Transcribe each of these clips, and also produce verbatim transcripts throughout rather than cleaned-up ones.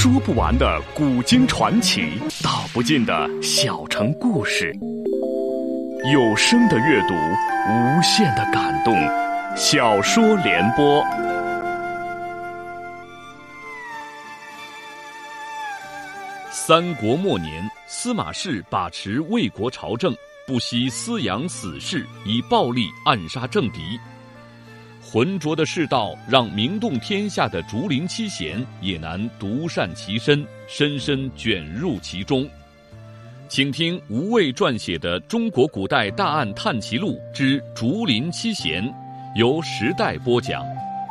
说不完的古今传奇，道不尽的小城故事。有声的阅读，无限的感动。小说联播。三国末年，司马氏把持魏国朝政，不惜私养死士，以暴力暗杀政敌。浑浊的世道让名动天下的竹林七贤也难独善其身，深深卷入其中。请听吴畏撰写的《中国古代大案探奇录之竹林七贤》，由时代播讲。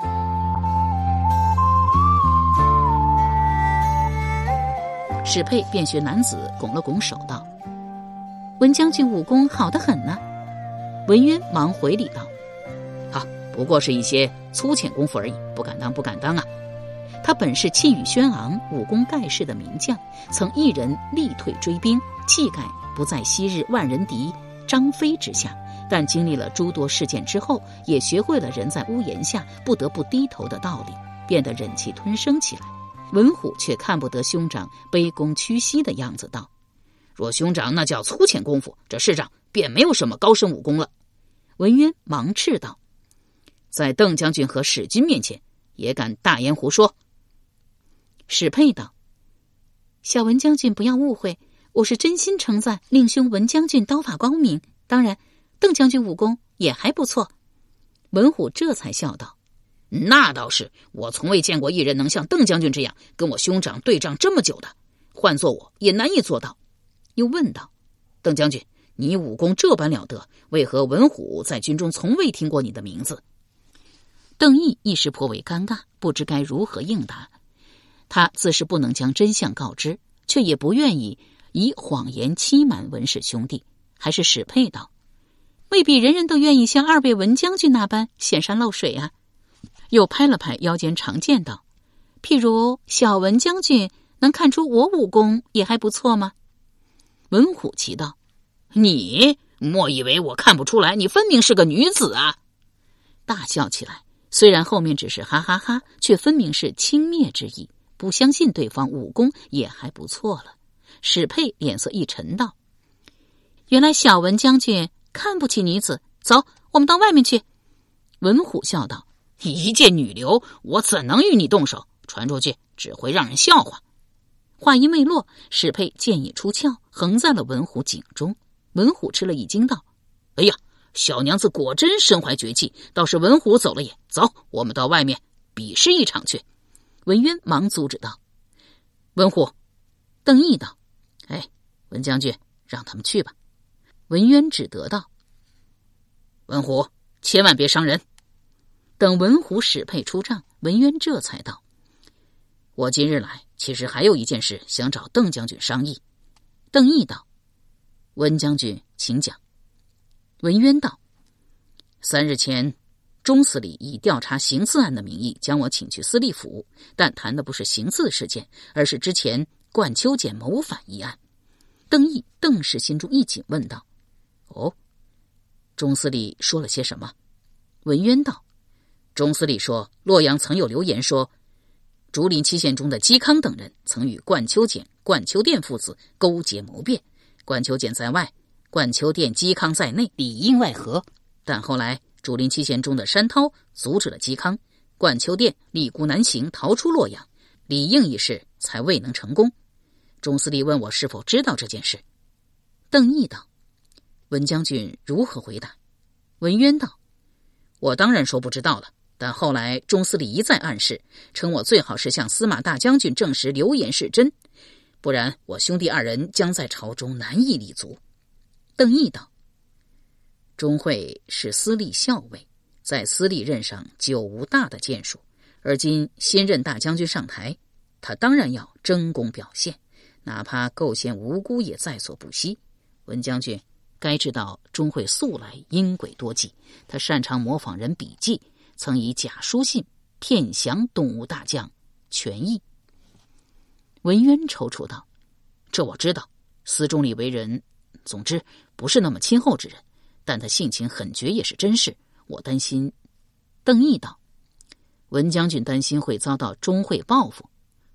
史佩便学男子拱了拱手道：“文将军武功好得很呢。”文渊忙回礼道：“啊，不过是一些粗浅功夫而已，不敢当不敢当啊。”他本是气宇轩昂、武功盖世的名将，曾一人力退追兵，气概不在昔日万人敌张飞之下，但经历了诸多事件之后，也学会了人在屋檐下不得不低头的道理，变得忍气吞声起来。文虎却看不得兄长卑躬屈膝的样子，道：“若兄长那叫粗浅功夫，这世上便没有什么高深武功了。”文渊忙斥道：“在邓将军和史君面前，也敢大言胡说？”史佩道：“小文将军不要误会，我是真心称赞令兄文将军刀法光明，当然邓将军武功也还不错。”文虎这才笑道：“那倒是，我从未见过一人能像邓将军这样跟我兄长对仗这么久的，换做我也难以做到。”又问道：“邓将军，你武功这般了得，为何文虎在军中从未听过你的名字？”邓毅一时颇为尴尬，不知该如何应答。他自是不能将真相告知，却也不愿意以谎言欺瞒文氏兄弟，还是史佩道：“未必人人都愿意像二位文将军那般显山露水啊。”又拍了拍腰间长剑道：“譬如小文将军能看出我武功也还不错吗？”文虎奇道：“你莫以为我看不出来，你分明是个女子啊！”大笑起来，虽然后面只是哈哈哈，却分明是轻蔑之意，不相信对方武功也还不错了。史佩脸色一沉道：“原来小文将军看不起女子，走，我们到外面去。”文虎笑道：“一介女流，我怎能与你动手？传出去只会让人笑话。”话音未落，史佩剑已出鞘，横在了文虎颈中。文虎吃了一惊道：“哎呀，小娘子果真身怀绝技，倒是文虎走了眼。走，我们到外面比试一场去。”文渊忙阻止道：“文虎。”邓毅道：“哎，文将军，让他们去吧。”文渊只得道：“文虎，千万别伤人。”等文虎史佩出帐，文渊这才道：“我今日来，其实还有一件事想找邓将军商议。”邓毅道：“文将军请讲。”文渊道：“三日前，钟司礼以调查行刺案的名义将我请去司隶府，但谈的不是行刺事件，而是之前冠秋俭谋反一案。”邓毅顿时心中一紧，问道：“哦，钟司礼说了些什么？”文渊道：“钟司礼说，洛阳曾有流言说，竹林七贤中的嵇康等人曾与冠秋俭、冠秋殿父子勾结谋变，冠秋俭在外，冠秋殿、嵇康在内，里应外合。但后来竹林七贤中的山涛阻止了嵇康，冠秋殿立孤难行，逃出洛阳，李应一事才未能成功。钟司礼问我是否知道这件事。”邓毅道：“文将军如何回答？”文渊道：“我当然说不知道了，但后来钟司礼一再暗示，称我最好是向司马大将军证实流言是真，不然我兄弟二人将在朝中难以立足。”邓毅道：“钟会是司隶校尉，在司隶任上久无大的建树，而今新任大将军上台，他当然要争功表现，哪怕构陷无辜也在所不惜。文将军该知道，钟会素来阴诡多计，他擅长模仿人笔记，曾以假书信骗降东吴大将权益。”文渊踌躇道：“这我知道，司中里为人，总之不是那么亲厚之人，但他性情狠绝也是真事，我担心。”邓毅道：“文将军担心会遭到钟会报复。”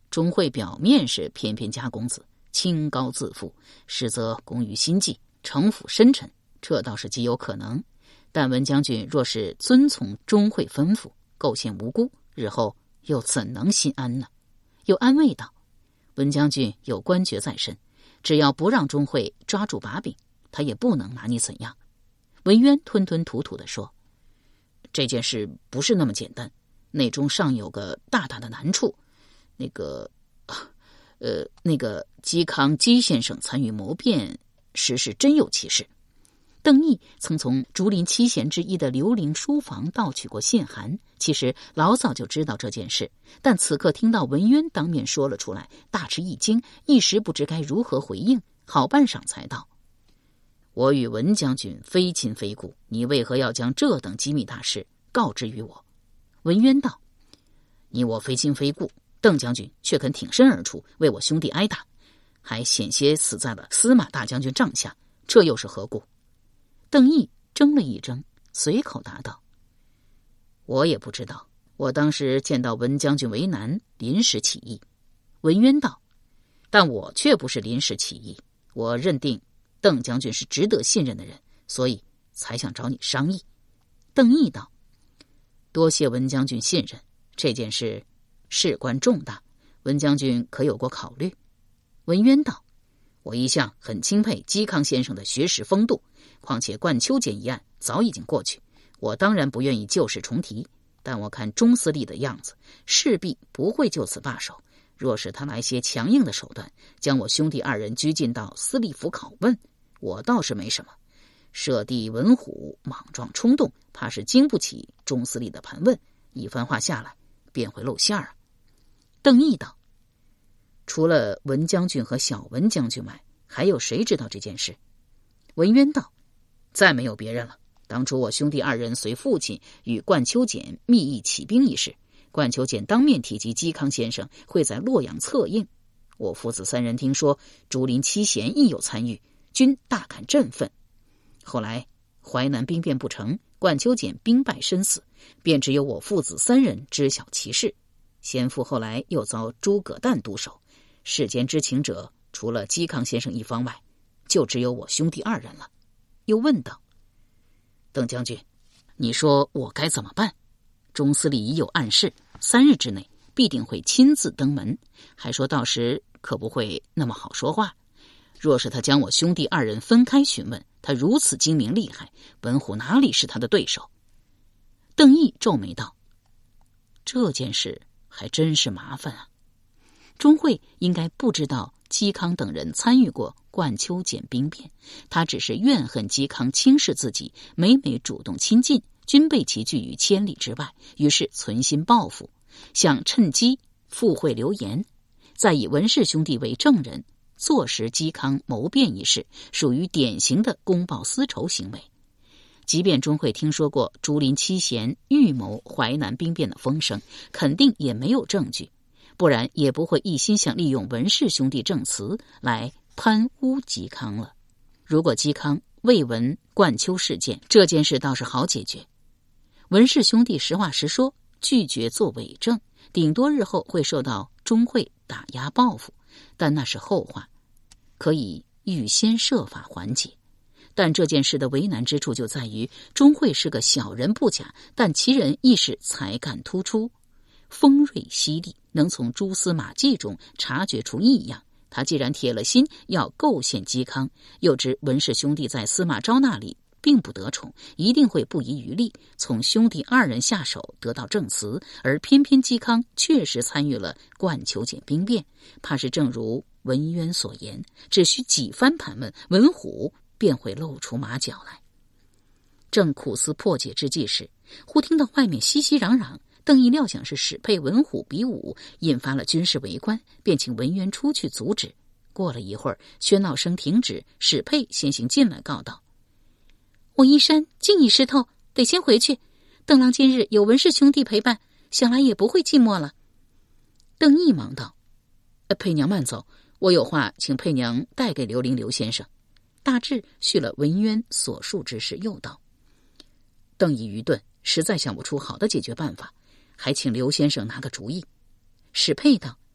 钟会表面是翩翩家公子，清高自负，实则工于心计，城府深沉，这倒是极有可能。但文将军若是遵从钟会吩咐，构陷无辜，日后又怎能心安呢？又安慰道：文将军有官爵在身，只要不让钟会抓住把柄，他也不能拿你怎样。文渊吞吞吐吐地说：这件事不是那么简单，内中尚有个大大的难处。那个呃，那个嵇康嵇先生参与谋变，实是真有其事。邓毅曾从竹林七贤之一的刘伶书房盗取过信函，其实老早就知道这件事，但此刻听到文渊当面说了出来，大吃一惊，一时不知该如何回应，好半晌才道：我与文将军非亲非故，你为何要将这等机密大事告知于我？文渊道：你我非亲非故，邓将军却肯挺身而出为我兄弟挨打，还险些死在了司马大将军帐下，这又是何故？邓毅怔了一怔，随口答道：我也不知道，我当时见到文将军为难，临时起意。文渊道：但我却不是临时起意，我认定邓将军是值得信任的人，所以才想找你商议。邓毅道：多谢文将军信任，这件事事关重大，文将军可有过考虑？文渊道：我一向很钦佩嵇康先生的学识风度，况且冠秋俭一案早已经过去，我当然不愿意旧事重提，但我看钟司隶的样子，势必不会就此罢手。若是他来些强硬的手段，将我兄弟二人拘禁到司隶府拷问，我倒是没什么。舍弟文虎莽撞冲动，怕是经不起钟司隶的盘问，一番话下来便会露馅儿啊。邓毅道：除了文将军和小文将军外，还有谁知道这件事？文渊道：再没有别人了。当初我兄弟二人随父亲与冠秋俭密议起兵一事，冠秋俭当面提及嵇康先生会在洛阳策应，我父子三人听说竹林七贤亦有参与，均大感振奋。后来淮南兵变不成，冠秋俭兵败身死，便只有我父子三人知晓其事。先父后来又遭诸葛诞毒手，世间知情者除了嵇康先生一方外，就只有我兄弟二人了。又问道：邓将军，你说我该怎么办？钟司隶已有暗示，三日之内必定会亲自登门，还说到时可不会那么好说话。若是他将我兄弟二人分开询问，他如此精明厉害，文虎哪里是他的对手？邓毅皱眉道：这件事还真是麻烦啊。钟会应该不知道嵇康等人参与过冠秋俭兵变，他只是怨恨嵇康轻视自己，每每主动亲近，均被其拒于千里之外，于是存心报复，想趁机附会流言，再以文氏兄弟为证人，坐实嵇康谋变一事，属于典型的公报私仇行为。即便钟会听说过竹林七贤预谋淮南兵变的风声，肯定也没有证据，不然也不会一心想利用文氏兄弟证词来攀污嵇康了。如果嵇康未闻冠秋事件，这件事倒是好解决。文氏兄弟实话实说，拒绝做伪证，顶多日后会受到钟会打压报复，但那是后话，可以预先设法缓解。但这件事的为难之处就在于，钟会是个小人不假，但其人亦是才干突出，锋锐犀利，能从蛛丝马迹中察觉出异样。他既然铁了心要构陷嵇康，又知文氏兄弟在司马昭那里并不得宠，一定会不遗余力从兄弟二人下手得到证词，而偏偏嵇康确实参与了冠秋俭兵变，怕是正如文渊所言，只需几番盘问，文虎便会露出马脚来。正苦思破解之际时，忽听到外面熙熙攘攘，邓毅料想是史佩文虎比武，引发了军士围观，便请文渊出去阻止。过了一会儿，喧闹声停止，史佩先行进来告道：我衣衫竟已湿透，得先回去。邓郎今日有文氏兄弟陪伴，想来也不会寂寞了。邓毅忙道：佩娘慢走，我有话请佩娘带给刘伶刘先生。大致叙了文渊所述之事，又道：邓毅愚钝，实在想不出好的解决办法，还请刘先生拿个主意。史佩道：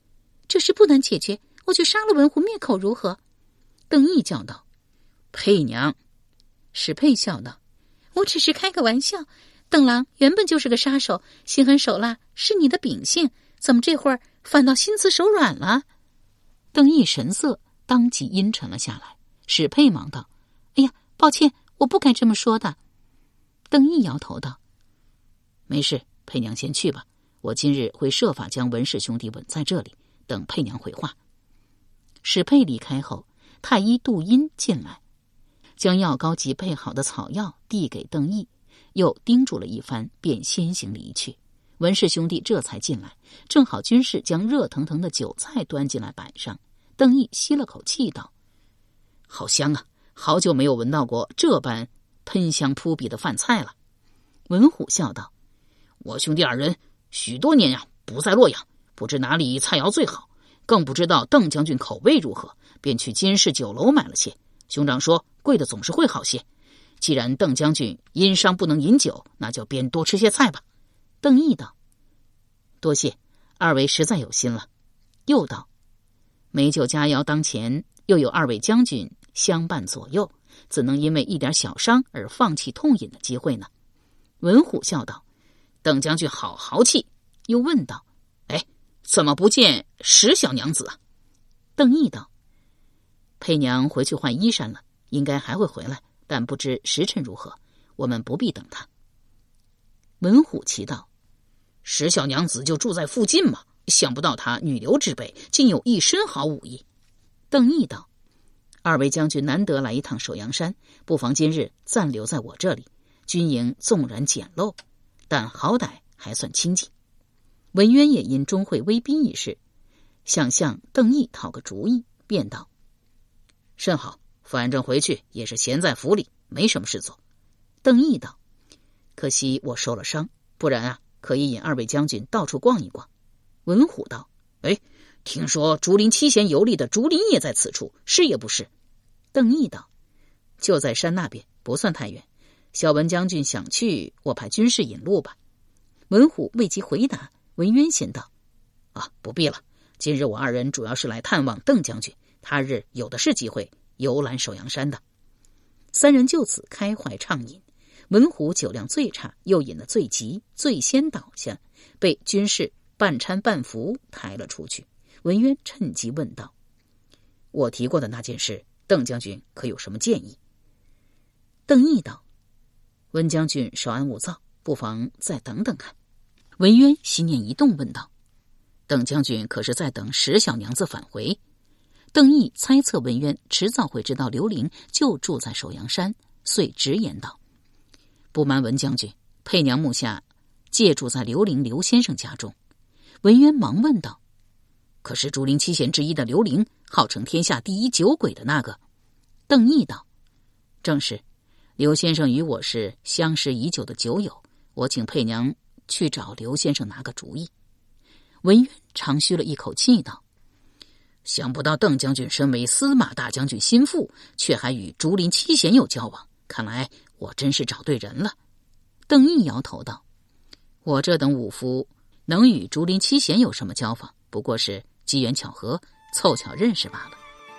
这事不难解决，我去杀了文虎灭口如何？邓毅叫道。佩娘。史佩笑道，我只是开个玩笑，邓郎原本就是个杀手，心狠手辣是你的秉性，怎么这会儿反倒心慈手软了？邓毅神色当即阴沉了下来。史佩忙道，哎呀，抱歉，我不该这么说的。邓毅摇头道，没事，佩娘先去吧，我今日会设法将文氏兄弟稳在这里，等佩娘回话。史佩离开后，太医杜阴进来，将药膏及配好的草药递给邓毅，又叮嘱了一番，便先行离去。文氏兄弟这才进来，正好军士将热腾腾的酒菜端进来摆上。邓毅吸了口气道，好香啊，好久没有闻到过这般喷香扑鼻的饭菜了。文虎笑道，我兄弟二人许多年呀不在洛阳，不知哪里菜肴最好，更不知道邓将军口味如何，便去金氏酒楼买了些。兄长说贵的总是会好些，既然邓将军因伤不能饮酒，那就便多吃些菜吧。邓毅道，多谢，二位实在有心了。又道，美酒佳肴当前，又有二位将军相伴左右，怎能因为一点小伤而放弃痛饮的机会呢？文虎笑道，邓将军好豪气。又问道，哎，怎么不见石小娘子啊？邓毅道，佩娘回去换衣衫了，应该还会回来，但不知时辰如何，我们不必等她。文虎奇道，石小娘子就住在附近嘛，想不到她女流之辈，竟有一身好武艺。邓毅道，二位将军难得来一趟首阳山，不妨今日暂留在我这里，军营纵然简陋，但好歹还算清静。文渊也因钟会威逼一事，想向邓毅讨个主意，便道，甚好，反正回去也是闲在府里，没什么事做。邓毅道，可惜我受了伤，不然啊，可以引二位将军到处逛一逛。文虎道，哎，听说竹林七贤游历的竹林也在此处，是也不是？邓毅道，就在山那边，不算太远。小文将军想去，我派军士引路吧。文虎未及回答，文渊先道，啊，不必了，今日我二人主要是来探望邓将军，他日有的是机会游览首阳山的。三人就此开怀畅饮。文虎酒量最差，又饮得最急，最先倒下，被军士半搀半扶抬了出去。文渊趁机问道，我提过的那件事，邓将军可有什么建议？邓毅道，温将军稍安勿躁，不妨再等等看。文渊心念一动，问道，邓将军可是在等石小娘子返回？邓毅猜测文渊迟早会知道刘伶就住在首阳山，遂直言道，不瞒文将军，佩娘目下借住在刘伶刘先生家中。文渊忙问道，可是竹林七贤之一的刘伶，号称天下第一酒鬼的那个？邓毅道，正是，刘先生与我是相识已久的酒友，我请佩娘去找刘先生拿个主意。文渊长吁了一口气道，想不到邓将军身为司马大将军心腹，却还与竹林七贤有交往，看来我真是找对人了。邓毅摇头道，我这等武夫能与竹林七贤有什么交往？不过是机缘巧合，凑巧认识罢了。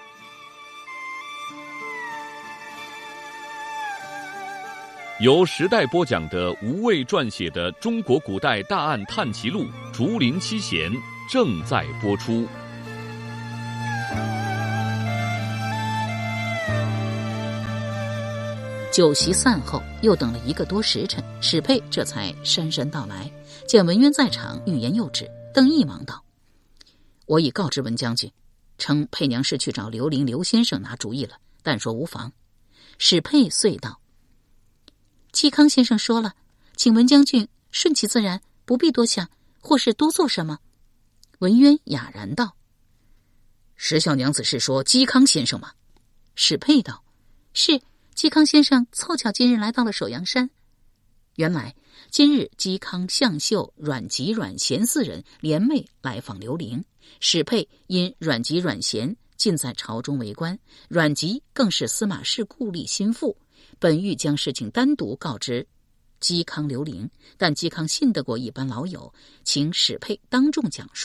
由时代播讲的吴畏撰写的《中国古代大案探奇录·竹林七贤》正在播出。 酒席散后，又等了一个多时辰，史佩这才姗姗到来。见文渊在场，欲言又止。邓毅忙道，我已告知文将军，称佩娘是去找刘伶刘先生拿主意了，但说无妨。史佩遂道，嵇康先生说了，请文将军顺其自然，不必多想，或是多做什么。文渊哑然道，石小娘子是说嵇康先生吗？史佩道，是，嵇康先生凑巧今日来到了首阳山。原来今日嵇康、向秀、阮籍、阮咸四人联袂来访刘伶，史佩因阮籍、阮咸尽在朝中为官，阮籍更是司马氏故吏心腹，本欲将事情单独告知嵇康、刘伶，但嵇康信得过一般老友，请史佩当众讲述。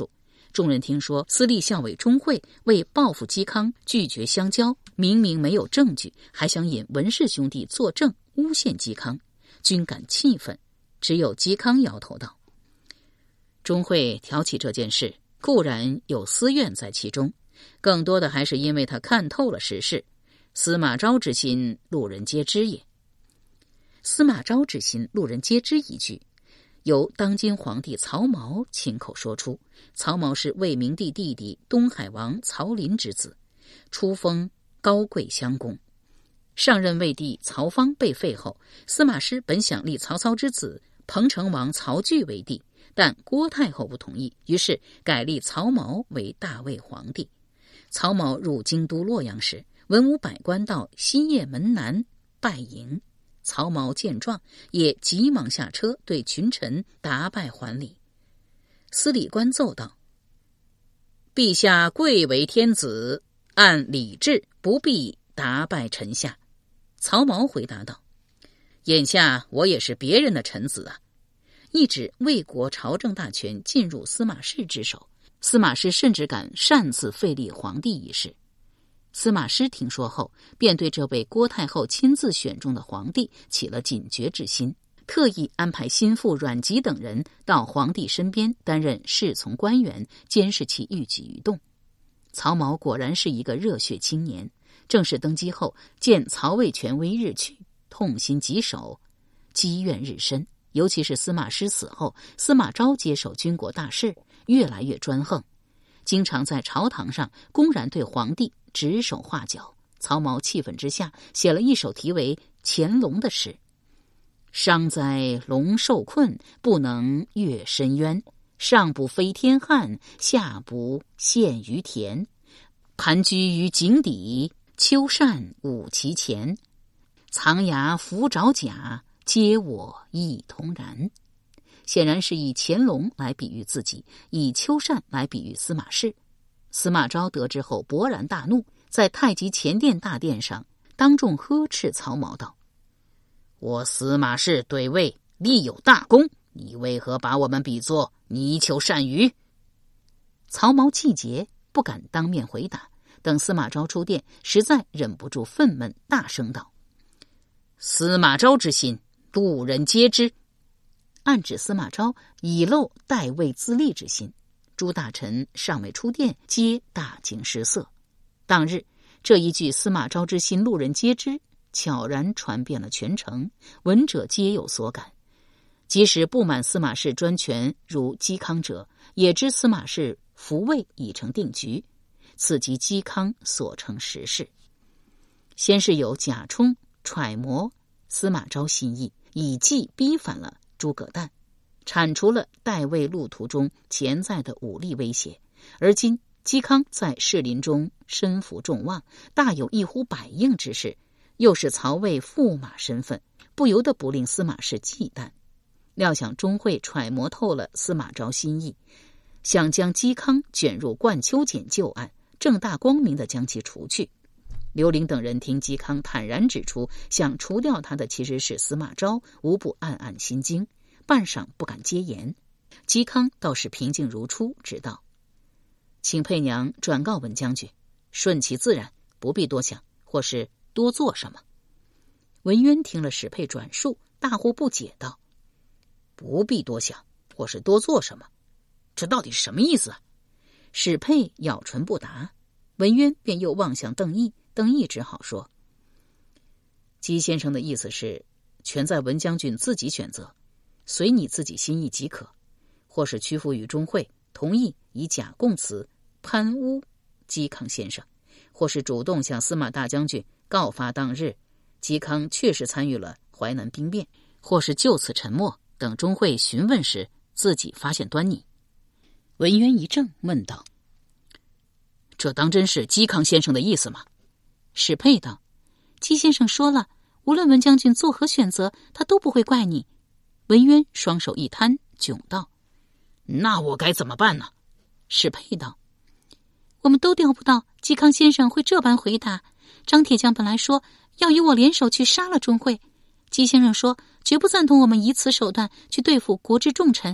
众人听说司隶校尉钟会为报复嵇康拒绝相交，明明没有证据，还想引文氏兄弟作证诬陷嵇康，均感气愤。只有嵇康摇头道：钟会挑起这件事，固然有私怨在其中，更多的还是因为他看透了时事。司马昭之心，路人皆知也。司马昭之心，路人皆知一句，由当今皇帝曹髦亲口说出。曹髦是魏明帝弟弟东海王曹林之子，初封高贵襄公。上任魏帝曹芳被废后，司马师本想立曹操之子彭城王曹据为帝，但郭太后不同意，于是改立曹髦为大魏皇帝。曹髦入京都洛阳时，文武百官到西掖门南拜迎。曹髦见状，也急忙下车，对群臣答拜还礼。司礼官奏道：陛下贵为天子，按礼制不必答拜臣下。曹髦回答道：眼下我也是别人的臣子啊。一指魏国朝政大权进入司马氏之手，司马师甚至敢擅自废立皇帝一事。司马师听说后，便对这位郭太后亲自选中的皇帝起了警觉之心，特意安排心腹阮籍等人到皇帝身边担任侍从官员，监视其一举一动。曹髦果然是一个热血青年，正式登基后，见曹魏权威日趋，痛心疾首，积怨日深。尤其是司马师死后，司马昭接手军国大事，越来越专横，经常在朝堂上公然对皇帝指手画脚。曹髦气愤之下，写了一首题为《乾隆》的诗：伤哉龙受困，不能越深渊，上不飞天汉，下不陷于田，盘踞于井底，秋扇舞其前，藏牙伏爪甲，皆我一同然。显然是以乾隆来比喻自己，以秋扇来比喻司马氏。司马昭得知后勃然大怒，在太极前殿大殿上当众呵斥曹髦道：我司马氏对魏立有大功，你为何把我们比作泥鳅鳝鱼？曹髦气结，不敢当面回答。等司马昭出殿，实在忍不住愤懑，大声道：司马昭之心，路人皆知。暗指司马昭以露代魏自立之心。诸大臣尚未出殿，皆大惊失色。当日这一句司马昭之心，路人皆知，悄然传遍了全城，闻者皆有所感。即使不满司马氏专权如嵇康者，也知司马氏扶魏已成定局，此即嵇康所成实事。先是有贾充揣摩司马昭心意，以计逼反了诸葛诞，铲除了代魏路途中潜在的武力威胁。而今嵇康在士林中身负众望，大有一呼百应之势，又是曹魏驸马身份，不由得不令司马氏忌惮。料想钟会揣摩透了司马昭心意，想将嵇康卷入冠丘俭旧案，正大光明地将其除去。刘伶等人听嵇康坦然指出，想除掉他的其实是司马昭，无不暗暗心惊，半晌不敢接言。嵇康倒是平静如初，只道：请佩娘转告文将军，顺其自然，不必多想，或是多做什么。文渊听了史佩转述，大惑不解道：不必多想，或是多做什么，这到底是什么意思啊？史佩咬唇不答，文渊便又望向邓毅，邓毅只好说：嵇先生的意思是，全在文将军自己选择，随你自己心意即可，或是屈服于钟会，同意以假供词攀诬嵇康先生，或是主动向司马大将军告发当日嵇康确实参与了淮南兵变，或是就此沉默，等钟会询问时自己发现端倪。文渊一怔，问道：这当真是嵇康先生的意思吗？史佩道：嵇先生说了，无论文将军作何选择，他都不会怪你。文渊双手一摊，窘道：那我该怎么办呢？史佩道：我们都料不到嵇康先生会这般回答。张铁匠本来说要与我联手去杀了钟会，嵇先生说绝不赞同我们以此手段去对付国之重臣，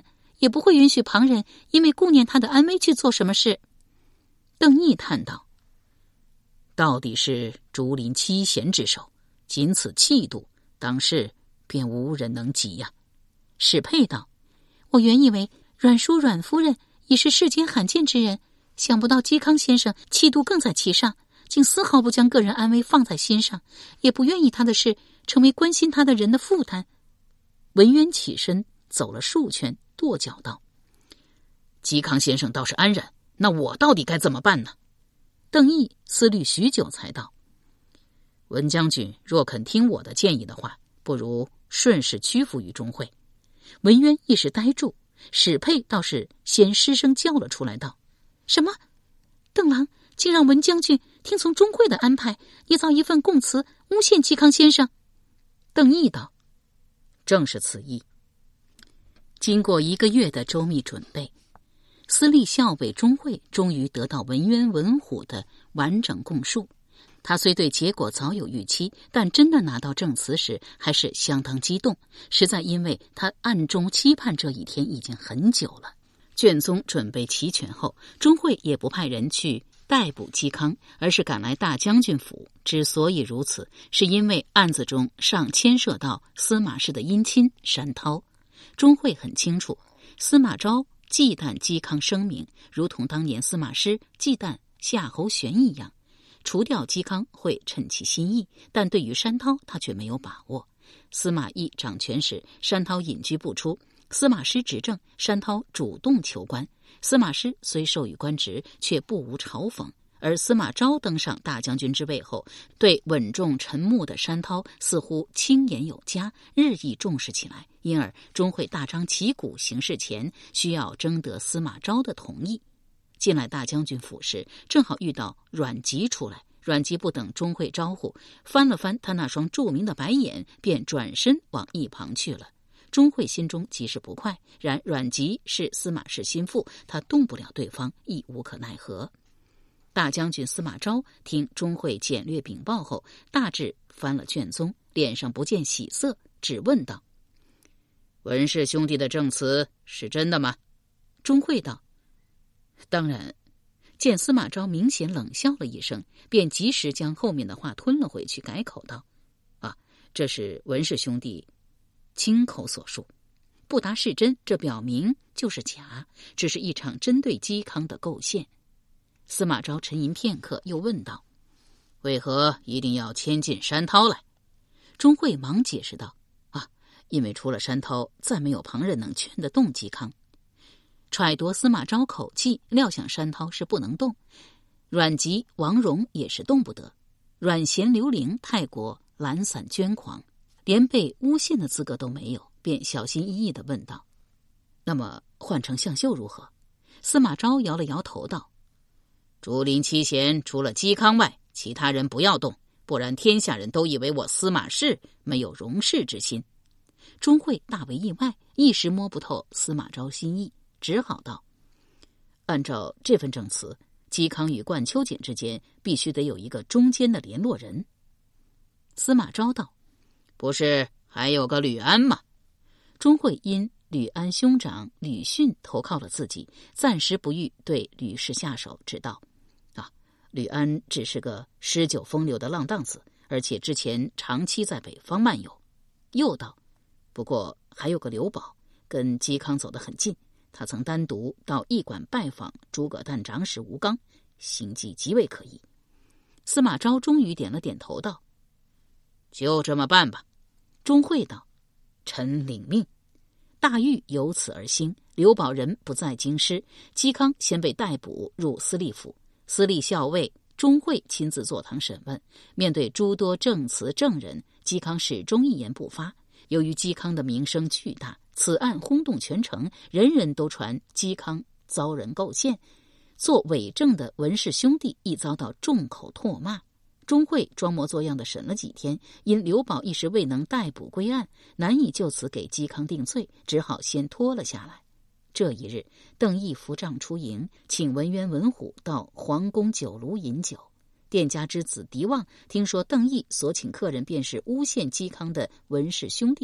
也不会允许旁人因为顾念他的安危去做什么事。邓毅叹道：到底是竹林七贤之首，仅此气度，当世便无人能及呀。史佩道：我原以为阮叔阮夫人已是世间罕见之人，想不到嵇康先生气度更在其上，竟丝毫不将个人安危放在心上，也不愿意他的事成为关心他的人的负担。文渊起身走了数圈，跺脚道：嵇康先生倒是安然，那我到底该怎么办呢？邓毅思虑许久才道：文将军若肯听我的建议的话，不如顺势屈服于钟会。文渊一时呆住，史佩倒是先失声叫了出来道：什么？邓郎竟让文将军听从钟会的安排，捏造一份供词诬陷嵇康先生？邓毅道：正是此意。经过一个月的周密准备，司隶校尉钟会终于得到文渊文虎的完整供述。他虽对结果早有预期，但真的拿到证词时还是相当激动，实在因为他暗中期盼这一天已经很久了。卷宗准备齐全后，钟会也不派人去逮捕嵇康，而是赶来大将军府。之所以如此，是因为案子中尚牵涉到司马氏的姻亲山涛。钟会很清楚，司马昭忌惮嵇康声名，如同当年司马师忌惮夏侯玄一样。除掉嵇康会趁其心意，但对于山涛他却没有把握。司马懿掌权时，山涛隐居不出，司马师执政，山涛主动求官。司马师虽授予官职，却不无嘲讽。而司马昭登上大将军之位后，对稳重沉默的山涛似乎轻言有加，日益重视起来。因而钟会大张旗鼓行事前，需要征得司马昭的同意。进来大将军府时，正好遇到阮籍出来。阮籍不等钟会招呼，翻了翻他那双著名的白眼，便转身往一旁去了。钟会心中极是不快，然阮籍是司马氏心腹，他动不了对方，亦无可奈何。大将军司马昭听钟会简略禀报后，大致翻了卷宗，脸上不见喜色，只问道：文氏兄弟的证词是真的吗？钟会道：当然。见司马昭明显冷笑了一声，便及时将后面的话吞了回去，改口道：啊，这是文氏兄弟亲口所述，不达是真，这表明就是假，只是一场针对嵇康的构陷。司马昭沉吟片刻，又问道：为何一定要牵进山涛来？钟会忙解释道：啊，因为除了山涛，再没有旁人能劝得动嵇康。揣度司马昭口气，料想山涛是不能动，阮籍、王戎也是动不得。阮咸、刘伶太过懒散捐狂，连被诬陷的资格都没有，便小心翼翼地问道：那么换成向秀如何？司马昭摇了摇头道：竹林七贤除了嵇康外，其他人不要动，不然天下人都以为我司马氏没有容氏之心。钟会大为意外，一时摸不透司马昭心意，只好道：按照这份证词，嵇康与冠秋瑾之间必须得有一个中间的联络人。司马昭道：不是还有个吕安吗？钟会因吕安兄长吕逊投靠了自己，暂时不欲对吕氏下手，只道：啊，吕安只是个诗酒风流的浪荡子，而且之前长期在北方漫游。又道：不过还有个刘保，跟嵇康走得很近，他曾单独到驿馆拜访诸葛诞长史吴刚，行迹极为可疑。司马昭终于点了点头道：就这么办吧。钟会道：臣领命。大狱由此而兴，刘保人不在京师，嵇康先被逮捕入司隶府，司隶校尉钟会亲自坐堂审问。面对诸多证词证人，嵇康始终一言不发。由于嵇康的名声巨大，此案轰动全城，人人都传嵇康遭人构陷，做伪证的文氏兄弟亦遭到众口唾骂。钟会装模作样的审了几天，因刘保一时未能逮捕归案，难以就此给嵇康定罪，只好先拖了下来。这一日，邓毅扶杖出营，请文渊、文虎到皇宫酒炉饮酒。店家之子狄旺听说邓毅所请客人便是诬陷嵇康的文氏兄弟后，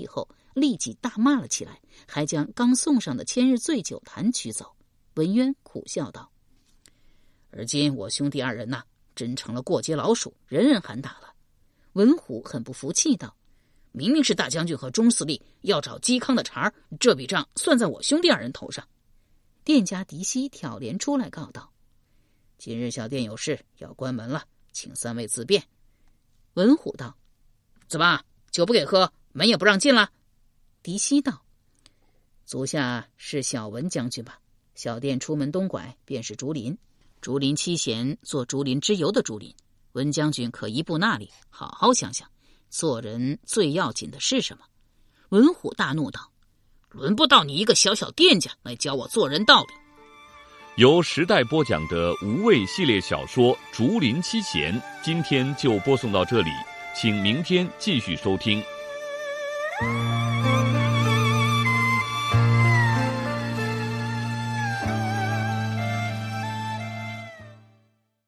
立即大骂了起来，还将刚送上的千日醉酒坛取走。文渊苦笑道：而今我兄弟二人呐，真成了过街老鼠，人人喊打了。文虎很不服气道：明明是大将军和钟司令要找嵇康的茬，这笔账算在我兄弟二人头上。店家狄希挑帘出来告道：今日小店有事要关门了，请三位自便。文虎道：怎么酒不给喝，门也不让进了？狄希道：足下是小文将军吧？小店出门东拐便是竹林，竹林七贤做竹林之游的竹林，文将军可移步那里，好好想想做人最要紧的是什么。文虎大怒道：轮不到你一个小小店家来教我做人道理。 由时代播讲的无畏系列小说《竹林七贤》今天就播送到这里，请明天继续收听。